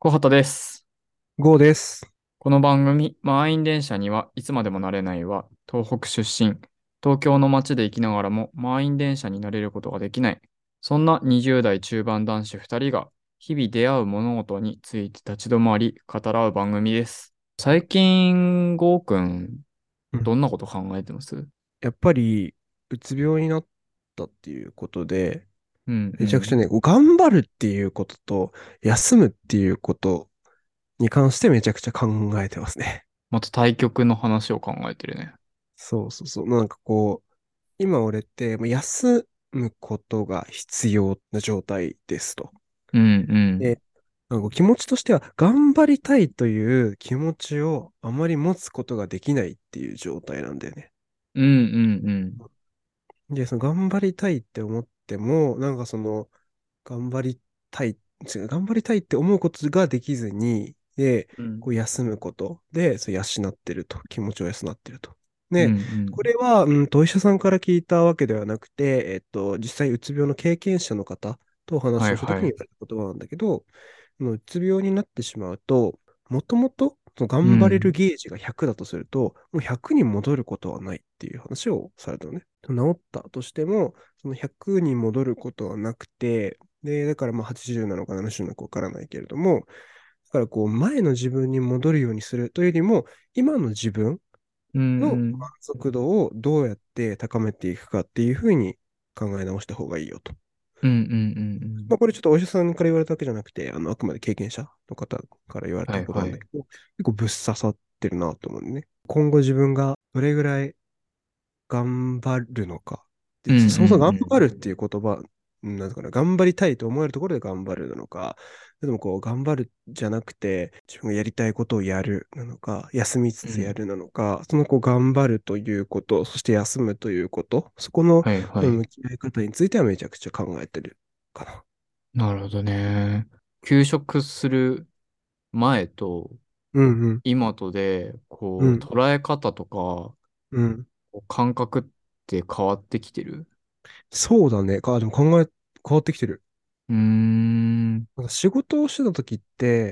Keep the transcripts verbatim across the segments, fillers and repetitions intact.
小畑です。 ゴーです。 この番組、満員電車にはいつまでもなれないは、東北出身、東京の街で生きながらも満員電車になれることができない。そんなにじゅう代中盤男子ふたりが、日々出会う物事について立ち止まり、語らう番組です。最近、ゴーくん、 うん。 どんなこと考えてます？ やっぱり、うつ病になったっていうことで、 うんうん。 めちゃくちゃね、こう頑張るっていうことと、休むっていうことに関してめちゃくちゃ考えてますね。 また対局の話を考えてるね。 そうそうそう。なんかこう、今俺って、もう休むことが必要な状態ですと。 うんうん。 で、なんかこう気持ちとしては、頑張りたいという気持ちをあまり持つことができないっていう状態なんだよね。 うんうんうん。 で、その頑張りたいって思っても、なんかその、頑張りたい、違う、頑張りたいって思うことができずに、で、 うんこう休むことで、そう養ってると、気持ちを養ってると。 うんうで、こん。 れは、うんと、お医者さんから聞いたわけではなくて、えっと、実際、うつ病の経験者の方とお話をしたときにはいはい。 言われた言葉なんだけど、そのうつ病になってしまうと、もともと、その頑張れるうん。 ゲージがひゃくだとすると、もうひゃくに戻ることはないっていう話をされたのね。治ったとしても、そのひゃくに戻ることはなくて、で、だからまあはちじゅうなのかななじゅうなのかわからないけれども、だからこう前の自分に戻るようにするというよりも、今の自分うんの満うん。 足度をどうやって高めていくかっていうふうに考え直した方がいいよと。 うんうんうんうん。 まあこれちょっとお医者さんから言われたわけじゃなくて、あの、あくまで経験者の方から言われたことはいはい。 なんだけど、結構ぶっ刺さってるなと思うんね。今後自分がどれぐらい頑張るのか。で、 うんうんそもそも頑うん。 張るっていう言葉、うんなんだかな、頑張りたいと思えるところで頑張るのか、でもこう、頑張るじゃなくて、自分がやりたいことをやるなのか、休みつうん。 つやるなのか、そのこう、頑張るということ、そして休むということ、そこのはいはい。 うん向き合い方についてはめちゃくちゃ考えてるかな。 なるほどね。休職する前とうんうん、 今とで、こう、 うん、 捉え方とか、 うん。 こう感覚って変わってきてる？ そうだね。あ、でも考え、変わってきてる。 うーん。 なんか仕事をしてた時って、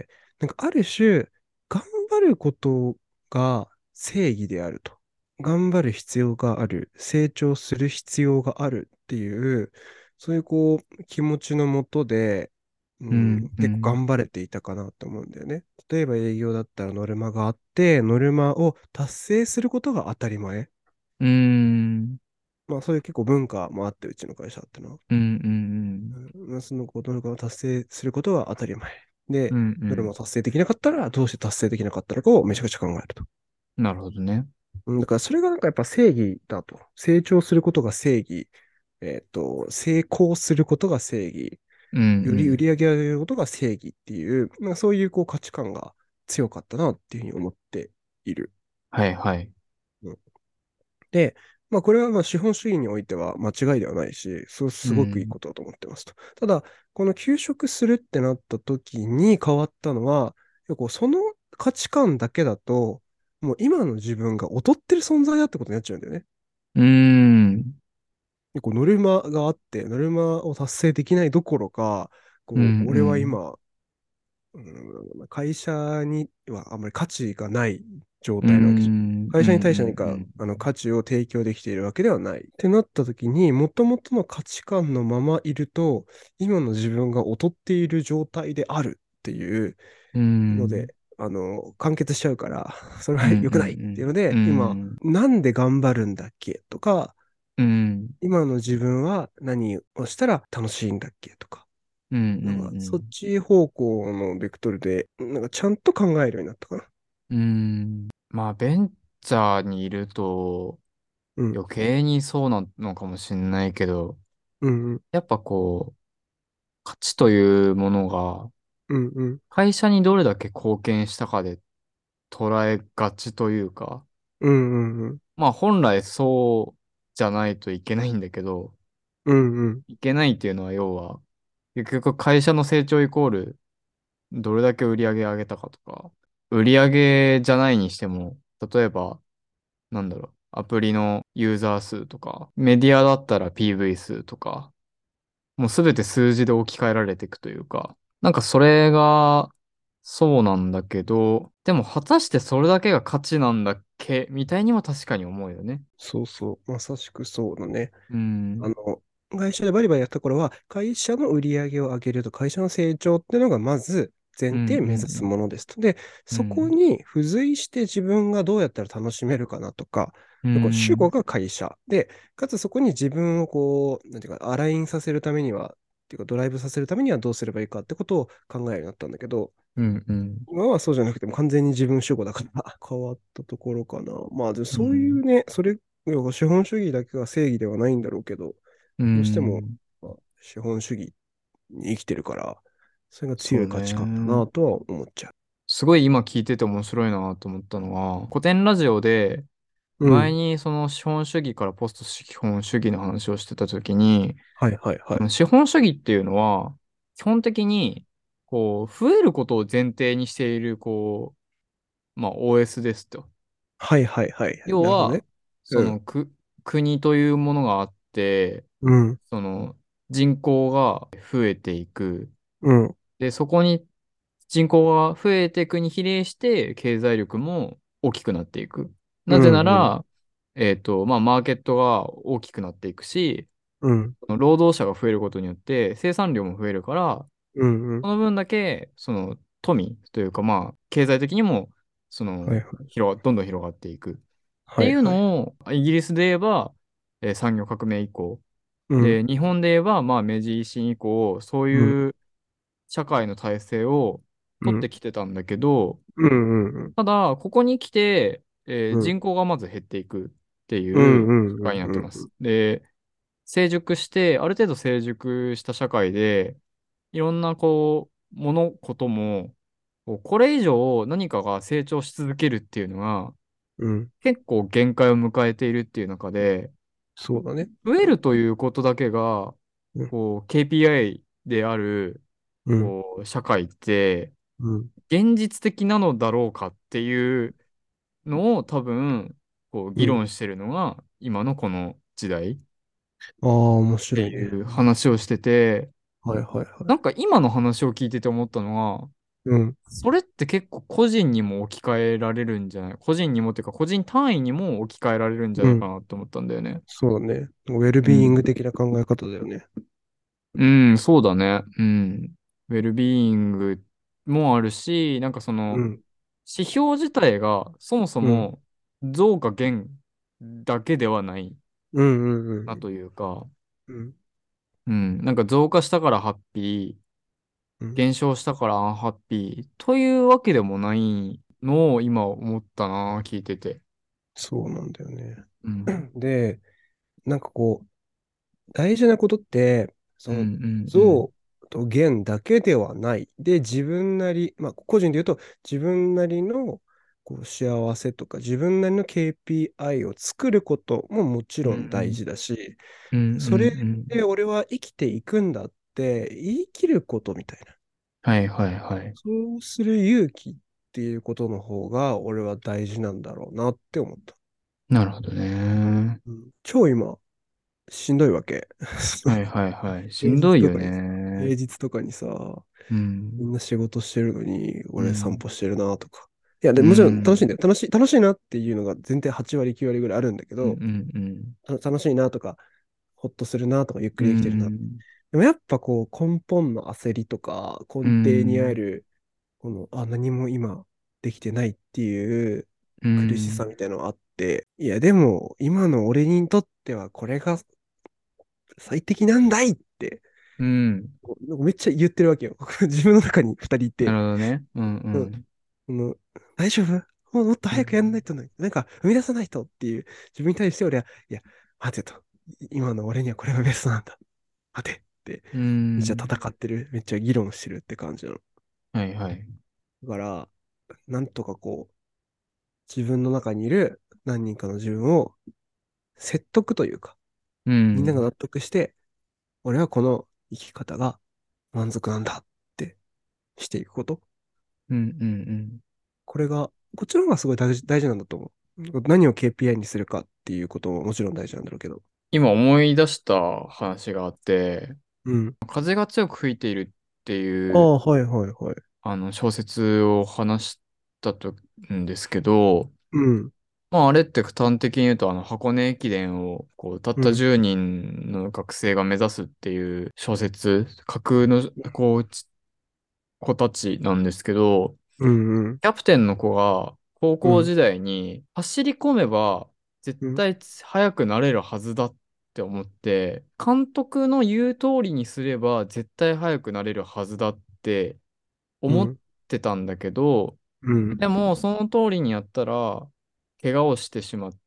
なんかある種、頑張ることが正義であると。頑張る必要がある。成長する必要があるっていう、そういうこう、気持ちのもとで、ううん、 んうん。 結構頑張れていたかなと思うんだよね。例えば営業だったらノルマがあって、ノルマを達成することが当たり前。 うーん。 まあそういう結構文化もあって、うちの会社ってのは。 うんうんうん、そのことを達成することは当たり前。で、 うん。うんうどれもん。 達成できなかったら、どうして達成できなかったのかをめちゃくちゃ考えると。 なるほどね。 うん、だからそれがなんかやっぱ正義だと。成長することが正義。えっと、成功することが正義。 うんうより売ん。 り上げを上げることが正義っていう、なんかそういうこう価値観が強かったなっていうふうに思っている。 はいはい。 うん、で、まあこれはまあ資本主義においては間違いではないし、す、すごくいいうん。 ことだと思ってますと。ただ、この休職するってなった時に変わったのは、こうその価値観だけだと、もう今の自分が劣ってる存在だってことになっちゃうんだよね。 うーん。 でこうノルマがあって、ノルマを達成できないどころか、 うんこう、俺はうん。 今、うん、会社にはあんまり価値がない状うー態なわけじゃん。 ん。うんう会社に対して何かんうん。 あの価値を提供できているわけではない。ってなった時に、もともとの価値観のままいると、今の自分が劣っている状態であるっていううーん。 ので、あの、完結しちゃうから、それうんうは良くないっていうのんうで、今、 ん。 なんで頑張るんだっけとか、 うん。 今の自分は何をしたら楽しいんだっけとか、 うんうなんか、そっんち方向のベクトルで、なんかちゃんと考えるようになったかな。 うん。うん。まあ、ベンチャーにいるとうん、 余計にそうなのかもしれないけど、 うん、うん、 やっぱこう、価値というものがうん、うん、 会社にどれだけ貢献したかで捉えがちというか、 うん、うん、 まあ本来そうじゃないといけないんだけど、 うん、うん、 いけないっていうのは要は、結局会社の成長イコールどれだけ売り上げ上げたかとか、売り上げじゃないにしても、例えば、なんだろう、アプリのユーザー数とか、メディアだったら ピーブイ 数とか、もうすべて数字で置き換えられていくというか、なんかそれが、 そうなんだけど、でも果たしてそれだけが価値なんだっけみたいにも確かに思うよね。 そうそう、まさしくそうだね。 うん。 あの、会社でバリバリやった頃は、会社の売り上げを上げると、会社の成長っていうのがまず前うん、 提目指すものですと。で、 うん、 そこに付随して自分がどうやったら楽しめるかなとか、 うん、 こう主語うん、 が会社。で、かつそこに自分をこう、なんていうか、アラインさせるためには、っていうか、ドライブさせるためにはどうすればいいかってことを考えるようになったんだけど、 うん、うん、 今はそうじゃなくても完全に自分主語だから変わったところかな。まあ、でもそういうん、 うね、それ、要は資本主義だけが正義ではないんだろうけど、 うどうしても、 ん。 まあ資本主義に生きてるから、それが強そうい価値観だなね。 とは思っちゃすごい今聞いてて面白いなと思ったのは、古典ラジオでう。う前ん。 にその資本主義からポスト資本主義の話をしてたときに、 はいはいはい。 あの資本主義っていうのは、基本的に、こう、増えることを前提にしている、こう、まあ、オーエス ですと。 はいはいはい。なるほどね。 要は、そうん。 のく、国というものがあって、 うん。 その人口が増えていく。 うん。 で、そこに人口が増えていくに比例して経済力も大きくなっていく。なぜなうん。うん。 ら、えっと、まあ、マーケットが大きくなっていくし、 うん。 その労働者が増えることによって生産量も増えるから、 うん。うん。 その分だけ、その富というか、まあ、経済的にも、その、 はいはい。 広が、どんどん広がっていく。っていうはいはい。 のを、イギリスで言えば、えー産業革命以降、 うん。 で、日本で言えば、まあ、明治維新以降、そううん。 いう社会の体制を取ってうん。 きてたんだけど、 うん。うん。 ただ、ここに来て、えーうん。 人口がまず減っていくってうん。 いう社会になってうん。 ます。で、成熟して、ある程度成熟した社会で、いろんなこう、物事も、こうこれ以上何かが成長し続けるっていうのが、 うん。 結構限界を迎えているっていう中で、 そうだね。 増えるということだけが、 うん。 こう、ケーピーアイ である、 うん。 こう、社会って、 うん。 現実的なのだろうかっていうのを多分、こう、議うん。 論してるのが、今のこの時代っああ、面て白いね。 いう話をしてて、 はいはいはい。 なんか今の話を聞いてて思ったのは、 うん。 それって結構個人にも置き換えられるんじゃない個人にもっていうか、個人単位にも置き換えられるんじゃないかうん。 なって思ったんだよね。 そうだね。ウェルビーイングうん。 的な考え方だよね。 うん、そうだね。うん。ウェルビーイングもあるし、なんかその、 うん。 指標自体がそもそうん。 も増か減だけではないうんうんうんなというか、 うん。 うん。なんか増加したからハッピー、 うん。 減少したからアンハッピーというわけでもないのを今思ったな、聞いてて。 そうなんだよね。 うん。 で、なんかこう、大事なことって、 うんうその、 んうん。 像と言だけではない。で、自分なり、まあ、個人で言うと、自分なりのこう幸せとか、自分なりの ケーピーアイ を作ることももちうんろん大事だし、 うんうんそれうん。 で俺は生きていくんだって言い切ることみたいな。 はいはいはい。 そうする勇気っていうことの方が俺は大事なんだろうなって思った。 なるほどね。 うん、超今、しんどいわけ。 はいはいはい。し平んどいよ日とかに、平ね。 日とかにさ、 うん。 みんな仕事してるのに、俺散うん。 歩してるなとか。いや、で、 うもちろん楽しいんん。 だよ。楽しい、楽しいなっていうのが全体はち割、きゅう割ぐらいあるんだけど、 うんうんうん。 た楽しいなとか、ほっとするなとか、ゆっくうりできてるな。 ん。 でもやっぱこう、根本の焦りとか、 う根底にあん。 る、この、あ、何も今できてないっていうう苦しさん。 みたいなのがあって、いや、でも、今の俺にとってはこれが最適なんだいって、 うん。 こうなんかめっちゃ言ってるわけよ。自分の中に二人いて、 なるほどね。うんううん、 ん。 この大丈夫もうもっとう早くやんないん。 とね、なんか生み出さないとっていう自分に対して俺は、いや、待てと。今の俺にはこれがベストなんだ。待てって、 うめっちゃん。 戦ってる。めっちゃ議論してるって感じなの。 はいはい。 だから、なんとかこう、自分の中にいる何人かの自分を説得というか、 うん。 みんなが納得して、俺はこの生き方が満足なんだってしていくこと。 うんうんこれが、こっちの方がすごい大事、大事なんだと思う。何を ケーピーアイ にするかっていうことももちろん大事なんだろうけど。 今思い出した話があって、 うん。 風が強く吹いているっていうああ、はいはいはい。 あの、小説を話したとんですけど、 うん、 まあ、あれって端的に言うと、あの、箱根駅伝を、こう、たったうん、 じゅうにんの学生が目指すっていう小説、架空の、こう、ち子たちなんですけど、 うん、うん、 キャプテンの子が高うん、 校時代に走り込めば絶うん、 対速くなれるはずだって思って、監督の言う通りにすれば絶対速くなれるはずだって思っうん、 てたんだけど、 うん、 でもその通りにやったら怪我をしてしまって、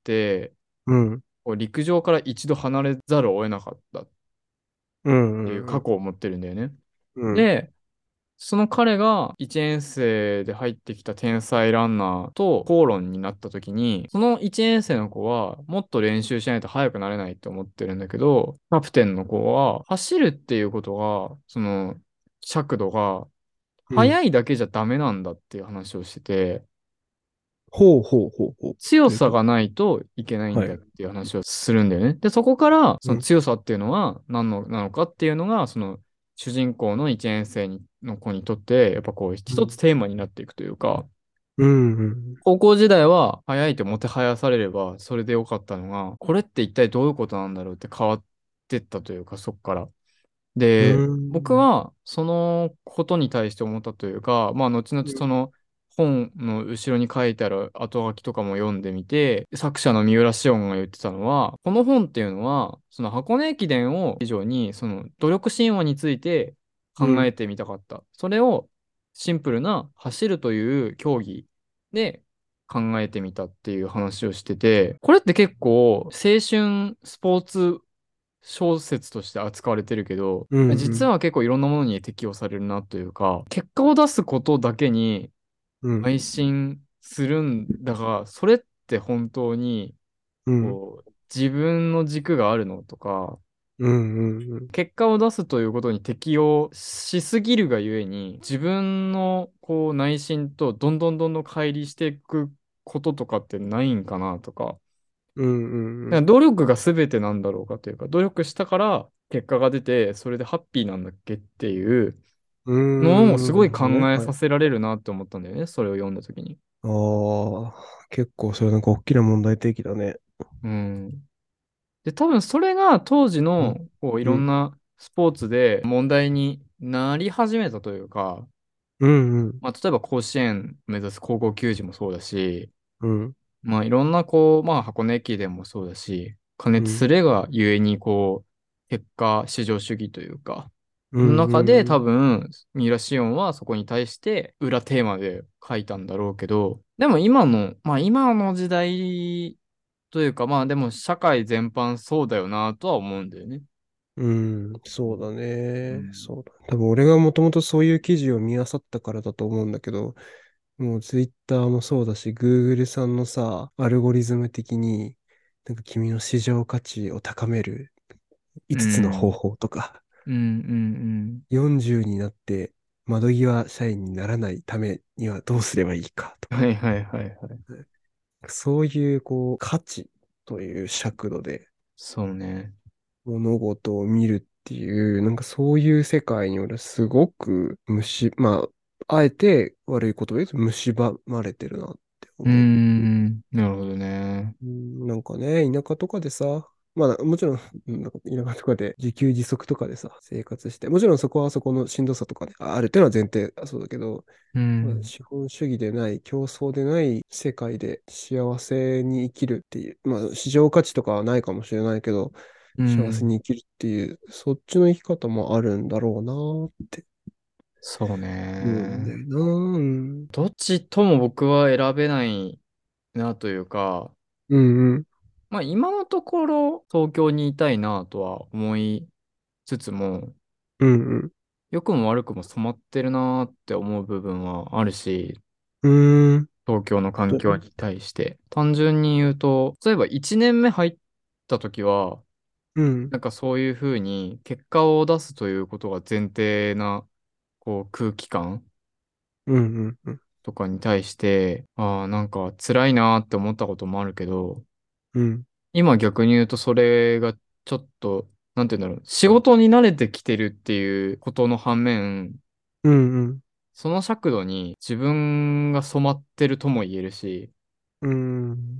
うん、 こう陸上から一度離れざるを得なかったっうていう過ん、 去を持ってるんだよね。 うん、 で、その彼がいちねん生で入ってきた天才ランナーと口論になった時に、そのいちねん生の子はもっと練習しないと速くなれないって思ってるんだけど、キャプテンの子は走るっていうことが、その尺度がうん。 速いだけじゃダメなんだっていう話をしてて、 ほうほうほうほう。というと、 強さがないといけないんはい。 だっていう話をするんだよね。で、そこからそのうん、 強さっていうのは何のなのかっていうのが、その主人公のいちねん生にの子にとって、やっぱこう一つうん、 テーマになっていくというか、 うん、うん、 高校時代は速いともてはやされればそれでよかったのが、これって一体どういうことなんだろうって変わってったというか、そっから。 うで、僕ん、 はそのことに対して思ったというか、まあ後々その本の後ろに書いてある後書きとかも読んでみて、作者の三浦紫音が言ってたのは、この本っていうのは、その箱根駅伝を以上に、その努力神話についてうん、 考えてみたかった。それをシンプルな走るという競技で考えてみたっていう話をしてて、これって結構青春スポーツ小説として扱われてるけど、 うん、 実は結構いろんなものに適用されるなというか、結果を出すことだけにうん、 邁進するんだが、それって本当に、 うん、 こう、自分の軸があるのとか、 うん、うん、 結果を出すということに適応しすぎるがゆえに、自分のこう内心とどんどんどんどん乖離していくこととかってないんかなとか、 うん、うん、 だから努力が全てなんだろうかというか、努力したから結果が出て、それでハッピーなんだっけっていううん、 のをすなるほどね。 ごい考えはい。 させられるなって思ったんだよね、それを読んだ時に。 ああ、結構それなんか大きな問題提起だね。 うん。で、多分それが当時のうん、 こういうん、 ろんなスポーツで問題になり始めたというか、 うん、うん、 まあ、例えば甲子園目指す高校球児もそうだし、 うん、 まあいろんなこう、まあ箱根駅伝もそうだし、加うん、 熱すれがゆえにこう、結果至上主義というか、のうん、 中で多うん、 分、ミイラシオンはそこに対して裏テーマで書いたんだろうけど、でも今の、まあ今の時代というか、まあでも社会全般そうだよなとは思うんだよね。 うん、そうだね。 うん。 そうだ。多分俺がもともとそういう記事を見漁ったからだと思うんだけど、もうツイッターもそうだし、グーグル さんのさ、アルゴリズム的に、なんか君の市場価値を高めるういつつの方ん。 法とか、 うん。うん。 よんじゅうになって窓際社員にならないためにはどうすればいいかとか、 はいはいはいはい。 そういうこう価値という尺度でそうね。 物事を見るっていう、なんかそういう世界に俺すごく虫、まあ、あえて悪いことを言うと蝕まれてるなってうー思う。 ん。なるほどね。 うん、なんかね、田舎とかでさ、まあもちろん、なんか田舎とかで自給自足とかでさ、生活して、もちろんそこはそこのしんどさとかであるっていうのは前提そうだけど、 うまあ、 ん。 資本主義でない、競争でない世界で幸せに生きるっていう、まあ市場価値とかはないかもしれないけど、 う幸せん。 に生きるっていう、そっちの生き方もあるんだろうなってそう思うんだよね。 な。うん。 どっちとも僕は選べないなというか、 うんうん。 まあ今のところ東京にいたいなとは思いつつも、 うん良くも悪くも染まってるなって思う部分はあるし、 うん。うーん。 東京の環と、 境に対して。単純に言うと、例えばいちねんめ入った時は、 うん。 なんかそういうふうに結果を出すということが前提な、こう空気感うんうんうん。 とかに対して、ああ、なんか辛いなって思ったこともあるけど、 うん。 今逆に言うとそれがちょっと、なんて言うんだろう、仕事に慣れてきてるっていうことの反面、 うんうん。 その尺度に自分が染まってるとも言えるし、 うん。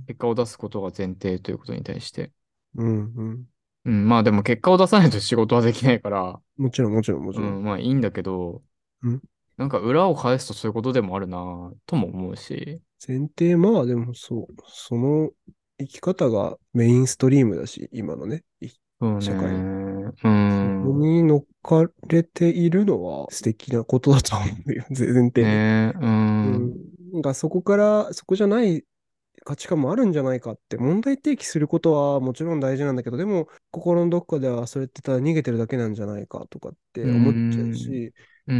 結果を出すことが前提ということに対して。 うん。うん。 うん、まあでも結果を出さないと仕事はできないから、 もちろん、もちろん、もちろん。 うん、まあいいんだけど、 うん。 なんか裏を返すとそういうことでもあるなとも思うし。 前提、まあでもそう、その生き方がメインストリームだし、今のね、いそうね。 社会の。 うそこん。 に乗っかれているのは素敵なことだと思うよ、前提で。 ねえ、ううん。 ん。なんかそこから、そこじゃない価値観もあるんじゃないかって問題提起することはもちろん大事なんだけど、でも心のどっかではそれってただ逃げてるだけなんじゃないかとかっうて思っちゃうん。 し、 うん、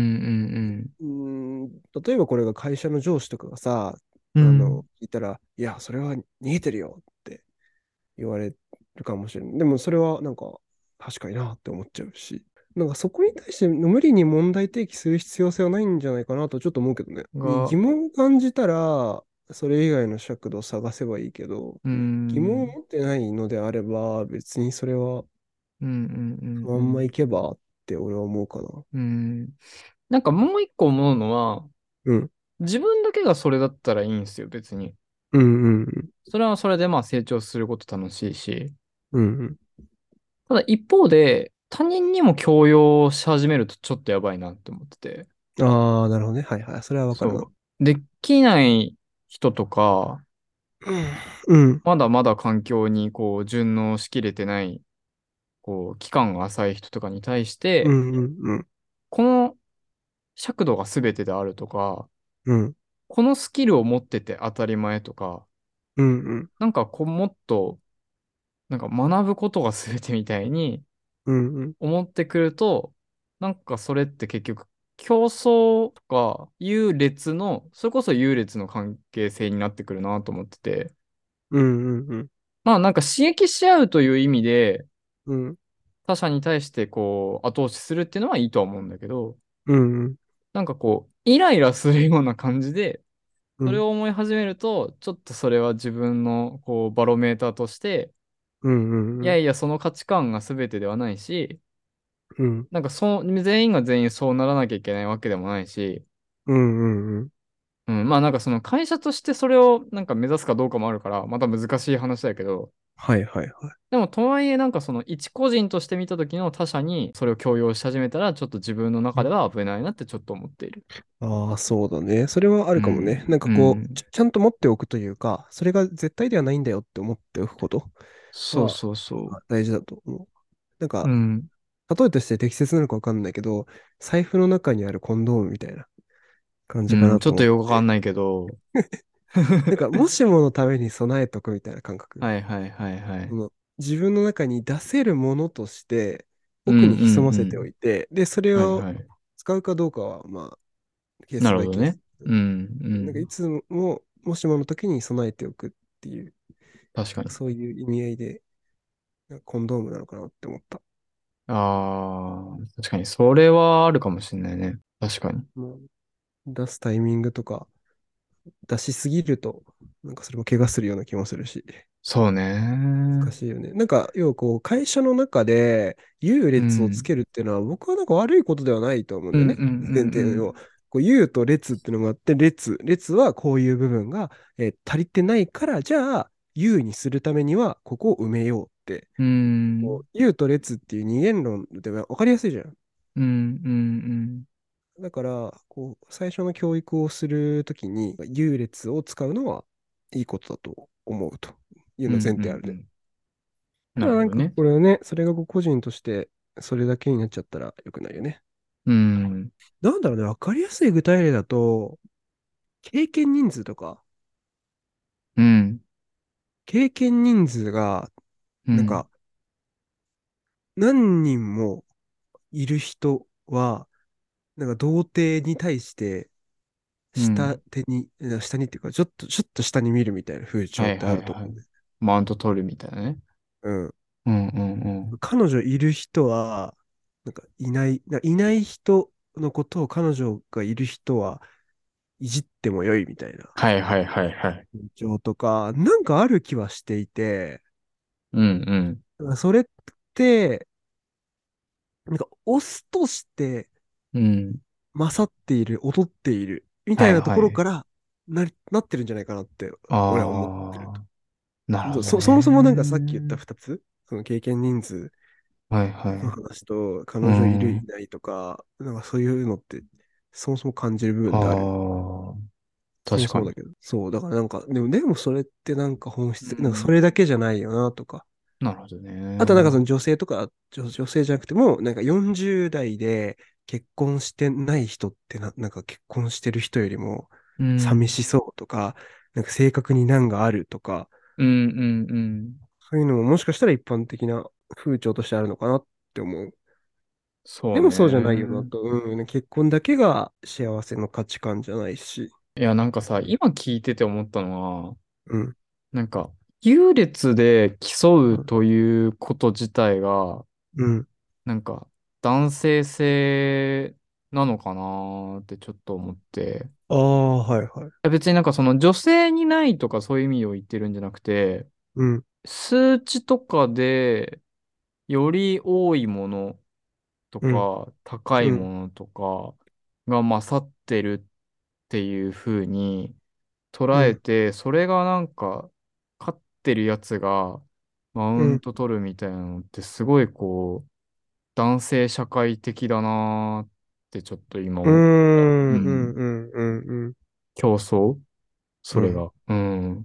うーん、例えばこれが会社の上司とかがさ、 うん、うん。うん。 あの、言ったら、いや、それは逃げてるよって言われるかもしれない。でもそれはなんか、確かになって思っちゃうし、なんかそこに対して無理に問題提起する必要性はないんじゃないかなとちょっと思うけどね。 が、 疑問を感じたら、それ以外の尺度を探せばいいけど、 う疑問をん。 持ってないのであれば、別にそれはうん、うん、うん、 そのまんまうん。 いけばって俺は思うかな。 うん。なんかもう一個思うのは、 うん。 自分だけがそれだったらいいんですよ、別に。 うんうんそれはそれでまあ成長すること楽しいし。 うん。うんただ一方で、他人にも強要し始めるとちょっとやばいなって思ってて。 うん。ああ、なるほどね。はいはい。それはわかるな。 そう。できない人とか、 うん。 まだまだ環境にこう順応しきれてない、こう、期間が浅い人とかに対して、 うんうんうん。 この尺度が全てであるとか、 うん。 このスキルを持ってて当たり前とか、 うんうん。 なんかこうもっと、なんか学ぶことが全てみたいにうんうん。 思ってくると、なんかそれって結局競争とか優劣の、それこそ優劣の関係性になってくるなと思ってて、 うんうんうん。 まあなんか刺激し合うという意味で、 うん。 他者に対してこう後押しするっていうのはいいとは思うんだけど、 うんうん。 なんかこう、イライラするような感じで、 うん。 それを思い始めると、ちょっとそれは自分のこうバロメーターとして、 うんうんうん。 いやいや、その価値観が全てではないし、 うん。 なんかそう、全員が全員そうならなきゃいけないわけでもないし、 うんうんうん。 うん、まあなんかその会社としてそれをなんか目指すかどうかもあるから、また難しい話だけど、 はいはいはい。 でもとはいえなんかその一個人として見た時の他者にそれを強要し始めたら、ちょっと自分の中では危ないなってちょっと思っている。 ああ、そうだね。それはあうるかもね。なんん、うかこう、ちん。 ゃちゃんと持っておくというか、それが絶対ではないんだよって思っておくことはそうそうそまあ大事だと思う。なんう。うか、 ん。 例えとして適切なのかわかんないけど、財布の中にあるコンドームみたいな感じかうん、 なとちょっと思ってて。 よくわかんないけど。 なんか、もしものために備えとくみたいな感覚。 はいはいはいはい。 その自分の中に出せるものとしてうんう奥に潜ませておんいて、で、それうん。はいをはい。 使うかどうかは、まあ、ケースバイケース。 なるほどね。うんうなんか、いん。 つも、もしもの時に備えておくっていう、 確かに。 なんかそういう意味合いで、なんかコンドームなのかなって思った。 ああ、確かに。それはあるかもしれないね。確かに。 もう出すタイミングとか、出しすぎると、なんかそれも怪我するような気もするし。 そうね。 難しいよね。なんか、要はこう、会社の中で優劣をつうん。 けるっていうのは、僕はなんか悪いことではないと思うんうんうんうだよね。前提の。 んこう優と劣っていうのがあって、劣、劣はこういう部分が、えー足りてないから、じゃあ、優にするためには、ここを埋めようって。 うん。うん。 こう優と劣っていう二元論では分かりやすいじゃん。 うんうんだから、こう、最初の教育をするときに、優劣を使うのはいいことだと思うといううん。 のうんうが前提あるね。 んうん。 ただなんかなるほどね。 これはね、それがこう個人としてそれだけになっちゃったら良くないよね。 うん。 なんだろうね、わかりやすい具体例だと、経験人数とか、 うん。 経験人数が、 うん。 なんか何人もいる人は、なんか童貞に対して下うん。 手に、下にっていうか、ちょっと、ちょっと下に見るみたいな風潮はいってあはいはい。 ると思うんだよ。 マウント取るみたいなね。 うん。 うんうん彼女いる人は、なんかいない、ないない人のことを彼女がいる人はいじっても良いみたいなはいはいはいはい。 状とか、なんかある気はしていて、 うんうん。 それって、なんかオスとしてうん。 勝っている、劣っている、みたはいなといはい。 ころからなり、なってるんじゃないかなって、俺は思ってると。 ああ、なるほどそ、そもそもなんかさっき言ったね。 ふたつ、その経験人数はいはい。 の話と、 う彼女いるいん。 ないとか、なんかそういうのって、そもそも感じる部分あってあるよね。 あ、 そも確かに。 そもだけど。そう、だからなんか、でも、でもそれってなんか本質、なんかうん。 それだけじゃないよなとか。 なるほどね。 あとなんかその女性とか、女、女性じゃなくても、なんかよんじゅう代で結婚してない人ってな、なんか結婚してる人よりもうん。 寂しそうとか、なんか性格に難があるとか、 うんうんうん。 そういうのももしかしたら一般的な風潮としてあるのかなって思う。 そうでもそうじゃないよなね。 と。うん、結婚だけが幸せの価値観じゃないし。 いや、なんかさ、今聞いてて思ったのは、 うん、 なんか、優劣で競うん、 うということ自体が、 うん。 なんか、男性性なのかなーってちょっと思って。 ああ、はいはい。 や別になんかその女性にないとかそういう意味を言ってるんじゃなくて、 うん、 数値とかでより多いものとうん、 か高いうん、 ものとかが勝ってるっていう風に捉うん、 えて、それがなんか勝ってるやつがマうん、 ウント取るみたいなのってすごいこう男性社会的だなーってちょっと今うー思った。うん、うん、 ん。 うん、うん、うん、 競争そうん、 れが。うん。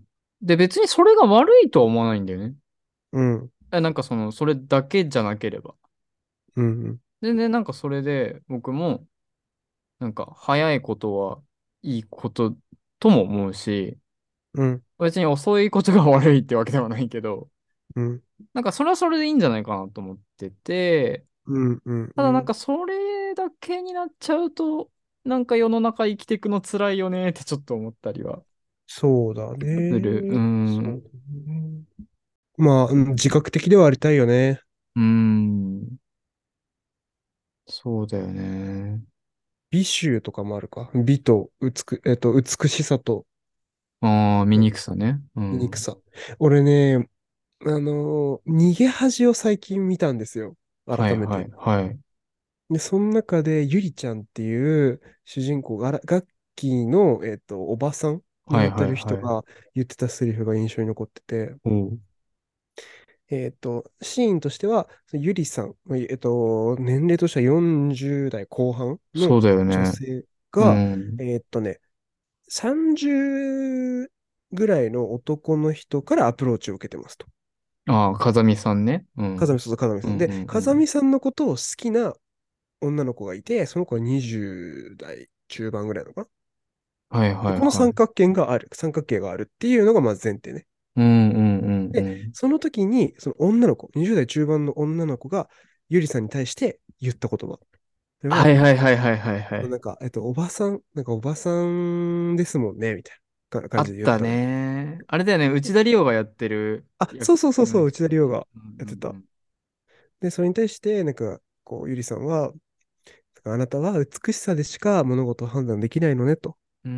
で、別にそれが悪いとは思わないんだよね。 うん、 え、なんかその、それだけじゃなければ。 うん、 全然なんかそれで僕も、なんか早いことはいいこととも思うし、 うん、 別に遅いことが悪いってわけではないけど、 うん、 なんかそれはそれでいいんじゃないかなと思ってて、 うん、うん、 ただなんうん。 かそれだけになっちゃうと、なんか世の中生きていくの辛いよねってちょっと思ったりはそうだする。うーね。そうん。 だね。まあ、うん自覚的ではありたいよね。 うーん。そうだよね。 美醜とかもあるか。美と美、えっと、美しさと、 ああ、 なんだ醜さね。うん。 醜さ。俺ね、あのー逃げ恥を最近見たんですよ。改めて。 はいはいはい。 で、その中で、ゆりちゃんっていう主人公が、ガッキーの、えっと、おばさんにはい当たはいはい。 る人が言ってたセリフが印象に残ってて、 おう。 えっと、シーンとしては、ゆりさん、えっと、年齢としてはよんじゅう代後半のそうだよね。 女性うが、 ん。 えっとね、さんじゅうぐらいの男の人からアプローチを受けてますと。 ああ、風見さんね。うん。 風見、そうそう、風見さん。で、 うんうんうん。 風見さんのことを好きな女の子がいて、その子はにじゅう代中盤ぐらいなのかな。 はいで、 はいはい。 この三角形がある、三角形があるっていうのがまず前提ね。 うんうんうんうで、 ん。 その時に、その女の子、にじゅう代中盤の女の子が、ゆりさんに対して言った言葉。それは、 はいはいはいはいはいはい。 なんか、えっと、おばさん、なんかおばさんですもんね、みたいなか感じあったで言ったの。 ね。あれだよね。内田理央がやってるあ、そう役そうそうそう、 の内人だよね。 田理央がうんやってた。 うんで、それに対して、なんか、こう、ゆりさんは、あなたは美しさでしか物事を判断できないのねと。 うん。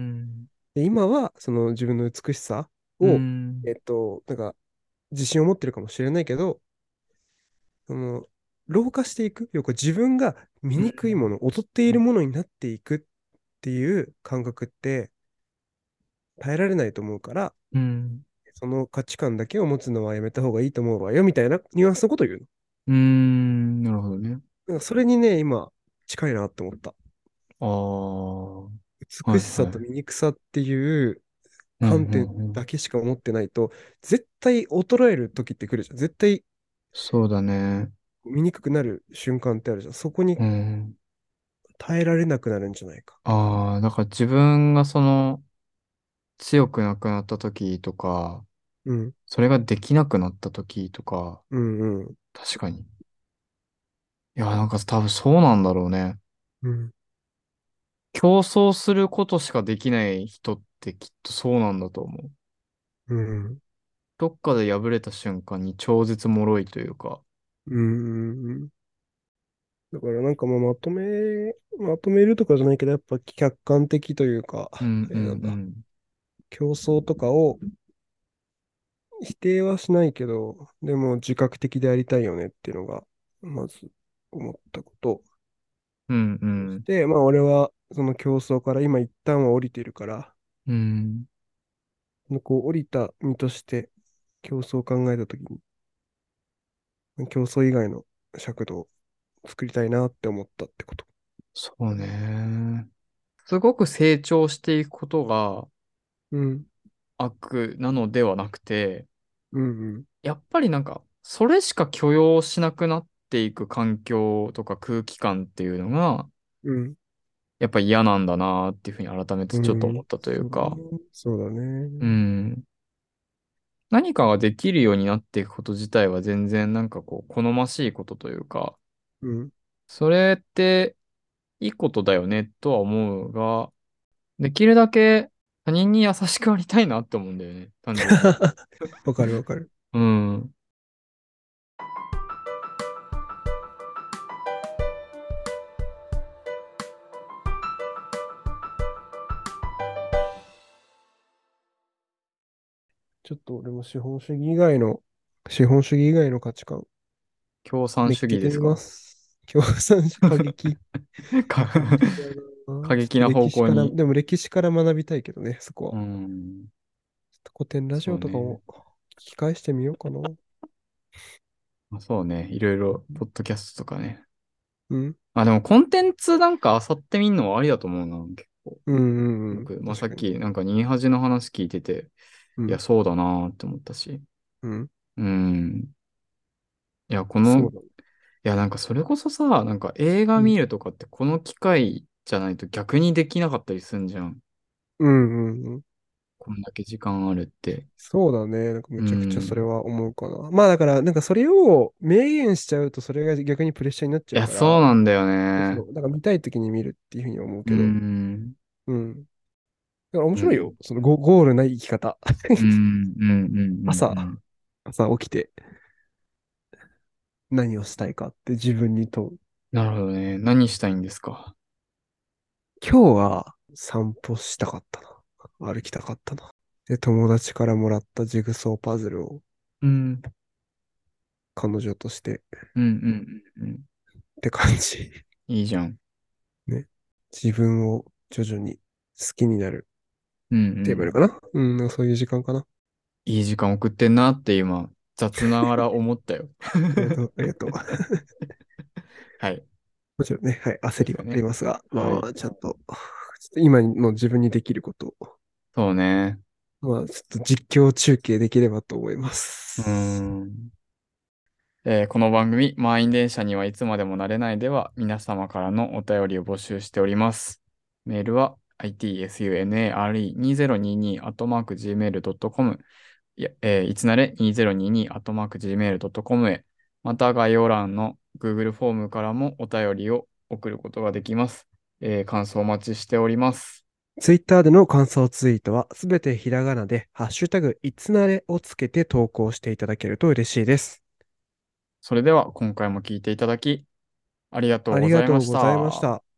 で、今は、その自分の美しさうん。うを、 ん。 えっと、なんか、自信を持ってるかもしれないけど、その、老化していく、要は自分がうん。 醜いもの、劣っているものになっていくっていう感覚って耐えられないと思うから、 うん。 その価値観だけを持つのはやめた方がいいと思うわよ、みたいなニュアンスのことを言うの。 うん。なるほどね。 なんかそれにね、今、近いなって思った。 ああ。は美しさといはい。 醜さっていううんう観点んうん。 だけしか持ってないと、絶対衰える時って来るじゃん。絶対そうだね。 醜くなる瞬間ってあるじゃん。そこにうん。 耐えられなくなるんじゃないかっていう。 ああ、だから自分がその強くなくなった時とか、 うん、 それができなくなった時とか、 うん、うん、 確かに。いや、なんか多分そうなんだろうね。 うん、 競争することしかできない人ってきっとそうなんだと思う。 うん、 どっかで敗れた瞬間に超絶脆いというか。 うん。だからなんかまあまとめ、まとめるとかじゃないけど、やっぱ客観的というか、 うんうんえーなんだ、 うん。 競争とかを否定はしないけど、でも自覚的でありたいよねっていうのが、まず思ったこと。 うんうん。 そして、まあ俺はその競争から今一旦は降りてるから、 うん。 こう降りた身として競争を考えたときに、競争以外の尺度を作りたいなって思ったってこと。 そうね。すごく成長していくことがうん、 悪なのではなくて、 うん、 やっぱりなんか、それしか許容しなくなっていく環境とか空気感っていうのが、 うん、 やっぱり嫌なんだなっていうふうに改めてうちょっとん、うん。 思ったというそうだね。 か、 そうだね。 うん。何かができるようになっていくこと自体は全然なんかこう、好ましいことというか、 うん。 それっていいことだよねとは思うが、できるだけ他人に優しくありたいなって思うんだよね、単純に。 わかるわかる。 うん。 ちょっと俺も資本主義以外の、資本主義以外の価値観、 共産主見っけてみま義ですか？ す。共産主義、過激。 か過激だな。ちょっと過激な方歴史から、 向に。 でも歴史から学びたいけどね、そこは。 うん。 ちょっと古典ラジそうね。 オとかも聞き返してみようかな。 まあそうね。いろいろ、ポッドキャストとかね。 うん。 あ、でもコンテンツなんか漁ってみんのはありだと思うな、結構。 うんうんうん。 僕、まあ、さ確かに。 っきなんか逃げ恥の話聞いてて、いや、 うん。 そうだなーって思ったし。 うん。 うん。いや、この、いそうだね。 や、なんかそれこそさ、なんか映画うん。 見るとかってこの機会じゃないと逆にできなかったりすんじゃん。 うんうんうん。 こんだけ時間あるって。 そうだね。なんかめうちゃくちゃそれん。 は思うかな。まあだから、なんかそれを明言しちゃうと、それが逆にプレッシャーになっちいや、 ゃうから、 そうなんだよね。 そう。だから見たいときに見るっていうふうに思ううけど、 ん。 うん。だから面うん。 白いよ。そのゴ、ゴールない生き方。 うん。うん。うん。うんう朝、 ん。 朝起きて何をしたいかって自分に問う。 なるほどね。何したいんですか？ 今日は散歩したかったな。歩きたかったな。で、友達からもらったジグソーパズルをうん。 彼女としてうん。うん。うん。 って感じ。 いいじゃん。 ね。自分を徐々に好きになるうん。うって言えばいいのん。 かな。うん、なんかそういう時間かな。 いい時間送ってんなって今、雑ながら思ったよ。 ありがとう、ありがとう。 はい。 もちろんね、はい、焦りはありですよね。 ますが、 はい。 まあ、ちゃんと、ちょっと今の自分にできることを、 そうね。 まあ、ちょっと実況中継できればと思いまうーす。 ん。えーこの番組、満員電車にはいつまでもなれないでは、皆様からのお便りを募集しております。メールは アイティーエスユーエヌエーアールイーにせんにじゅうに アットマーク ジーメールドットコム、いや、えーいつなれにせんにじゅうに アットマーク ジーメールドットコム へ、また概要欄の Google フォームからもお便りを送ることができます。えー感想お待ちしております。 ツイッターでの感想ツイートはすべてひらがなで、ハッシュタグいつなれをつけて投稿していただけると嬉しいです。 それでは今回も聞いていただき、ありがとうありございましがとうございました。 た。